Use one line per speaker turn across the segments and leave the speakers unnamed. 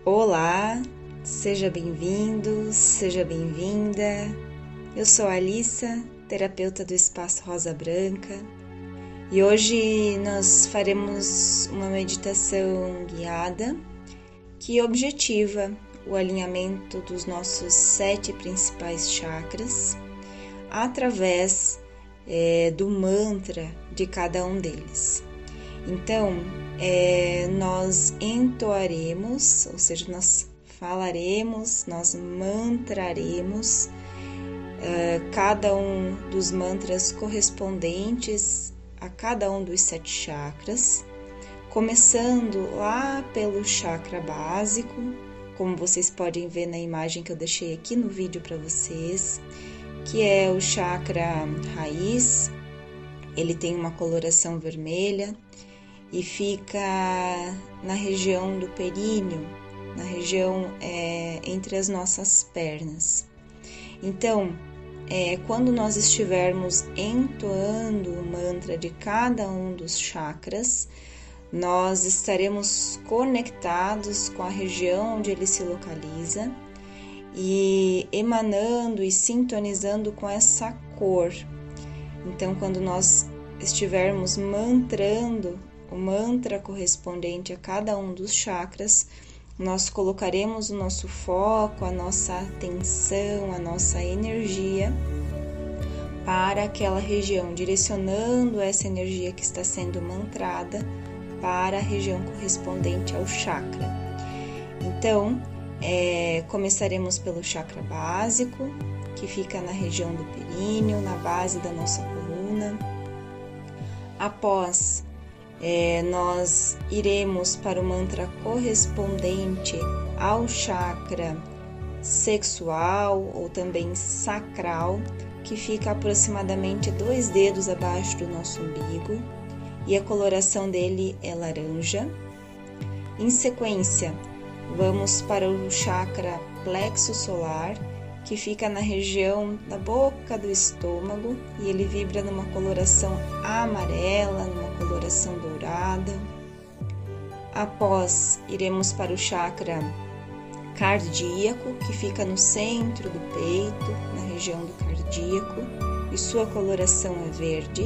Olá, seja bem-vindo, seja bem-vinda. Eu sou a Alissa, terapeuta do Espaço Rosa Branca, e hoje nós faremos uma meditação guiada que objetiva o alinhamento dos nossos 7 principais chakras através do mantra de cada um deles. Então, nós entoaremos, ou seja, nós falaremos, nós mantraremos cada um dos mantras correspondentes a cada um dos 7 chakras, começando lá pelo chakra básico, como vocês podem ver na imagem que eu deixei aqui no vídeo para vocês, que é o chakra raiz. Ele tem uma coloração vermelha e fica na região do períneo, na região entre as nossas pernas. Então, quando nós estivermos entoando o mantra de cada um dos chakras, nós estaremos conectados com a região onde ele se localiza e emanando e sintonizando com essa cor. Então, quando nós estivermos mantrando o mantra correspondente a cada um dos chakras, nós colocaremos o nosso foco, a nossa atenção, a nossa energia para aquela região, direcionando essa energia que está sendo mantrada para a região correspondente ao chakra. Então, começaremos pelo chakra básico, que fica na região do períneo, na base da nossa coluna. Após, nós iremos para o mantra correspondente ao chakra sexual ou também sacral, que fica aproximadamente 2 dedos abaixo do nosso umbigo, e a coloração dele é laranja. Em sequência, vamos para o chakra plexo solar, que fica na região da boca do estômago, e ele vibra numa coloração amarela, numa coloração dourada. Após, iremos para o chakra cardíaco, que fica no centro do peito, na região do cardíaco, e sua coloração é verde.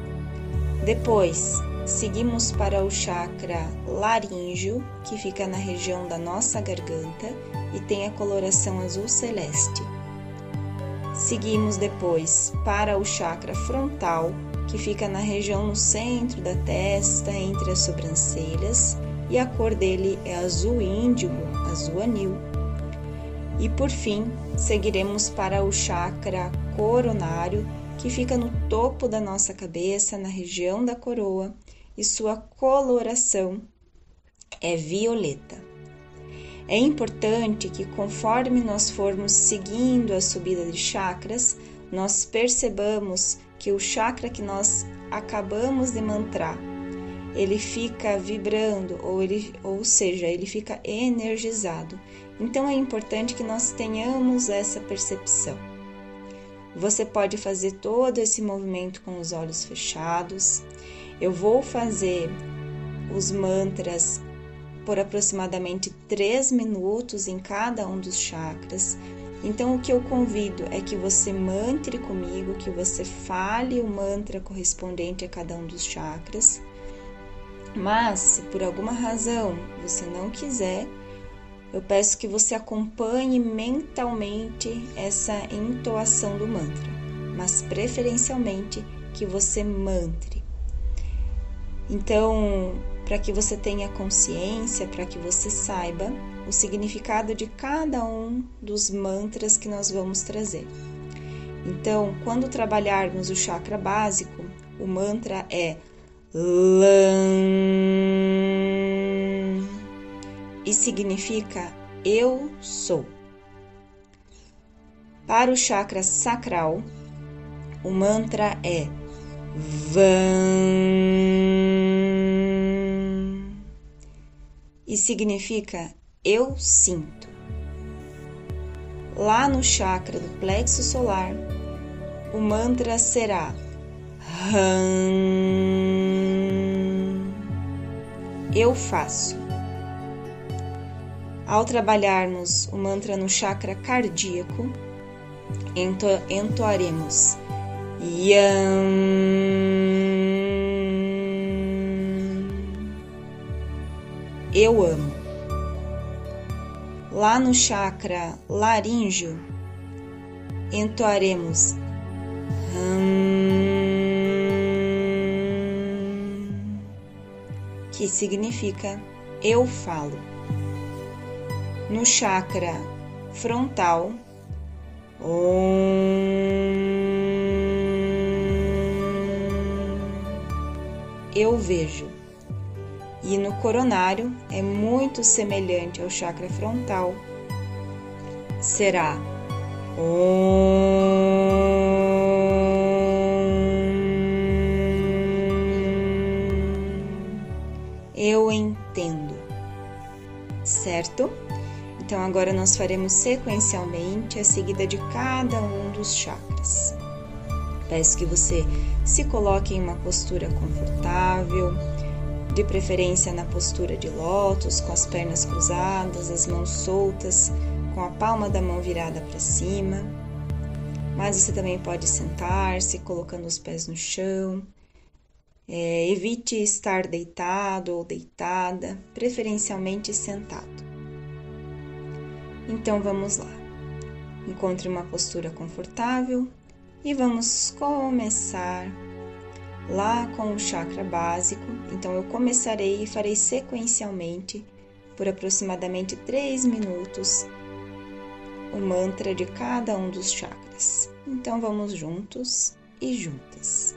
Depois, seguimos para o chakra laríngeo, que fica na região da nossa garganta e tem a coloração azul celeste. Seguimos depois para o chakra frontal, que fica na região no centro da testa, entre as sobrancelhas, e a cor dele é azul índigo, azul anil. E por fim, seguiremos para o chakra coronário, que fica no topo da nossa cabeça, na região da coroa, e sua coloração é violeta. É importante que, conforme nós formos seguindo a subida de chakras, nós percebamos que o chakra que nós acabamos de mantrar, ele fica vibrando, ou seja, ele fica energizado. Então é importante que nós tenhamos essa percepção. Você pode fazer todo esse movimento com os olhos fechados. Eu vou fazer os mantras por aproximadamente 3 minutos em cada um dos chakras. Então, o que eu convido é que você mantre comigo, que você fale o mantra correspondente a cada um dos chakras. Mas, se por alguma razão você não quiser, eu peço que você acompanhe mentalmente essa entoação do mantra, mas preferencialmente que você mantre. Então, para que você tenha consciência, para que você saiba o significado de cada um dos mantras que nós vamos trazer. Então, quando trabalharmos o chakra básico, o mantra é LAM e significa eu sou. Para o chakra sacral, o mantra é VAM e significa eu sinto. Lá no chakra do plexo solar, o mantra será RAM, eu faço. Ao trabalharmos o mantra no chakra cardíaco, entoaremos Yam. Eu amo. Lá no chakra laríngeo, entoaremos que significa eu falo. No chakra frontal, eu vejo. E no coronário é muito semelhante ao chakra frontal. Será eu entendo, certo? Então agora nós faremos sequencialmente a seguida de cada um dos chakras. Peço que você se coloque em uma postura confortável, de preferência na postura de lótus, com as pernas cruzadas, as mãos soltas, com a palma da mão virada para cima. Mas você também pode sentar-se, colocando os pés no chão. Evite estar deitado ou deitada, preferencialmente sentado. Então vamos lá. Encontre uma postura confortável e vamos começar lá com o chakra básico. Então eu começarei e farei sequencialmente por aproximadamente 3 minutos o mantra de cada um dos chakras. Então vamos juntos e juntas.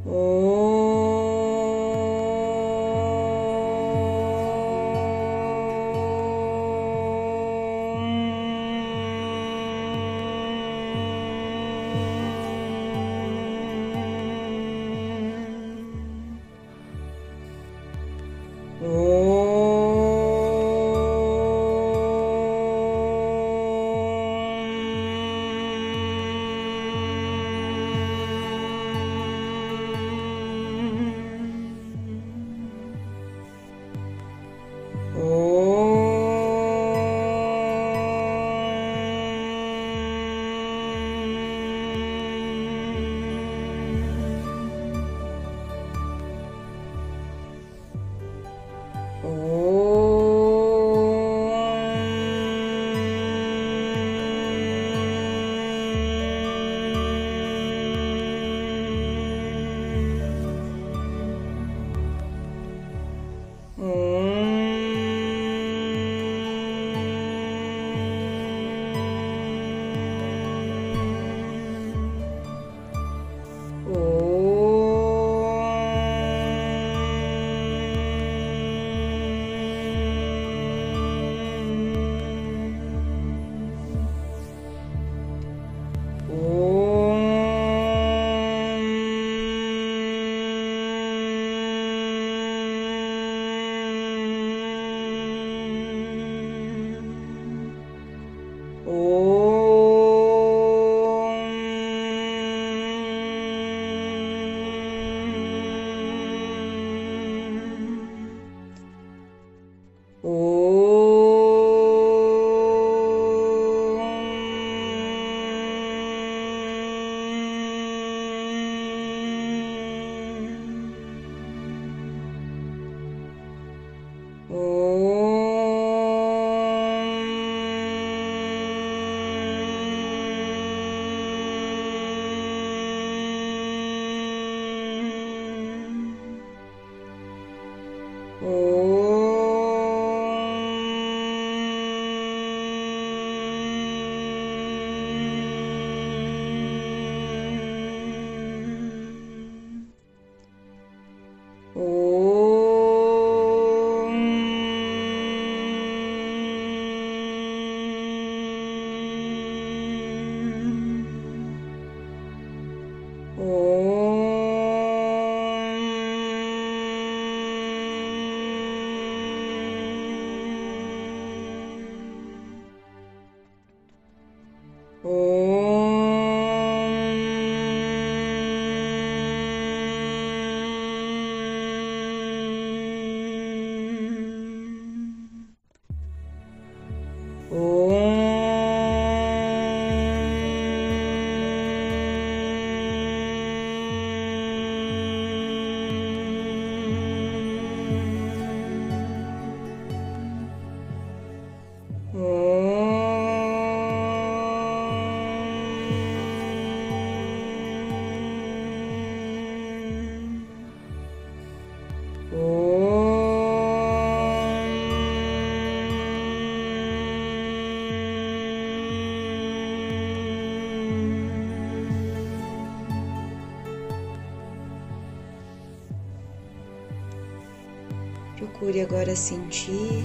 Procure agora sentir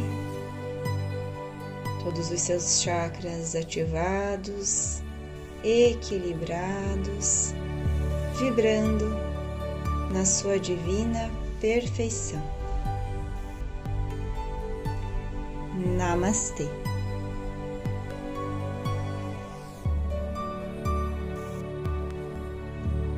todos os seus chakras ativados, equilibrados, vibrando na sua divina perfeição. Namastê.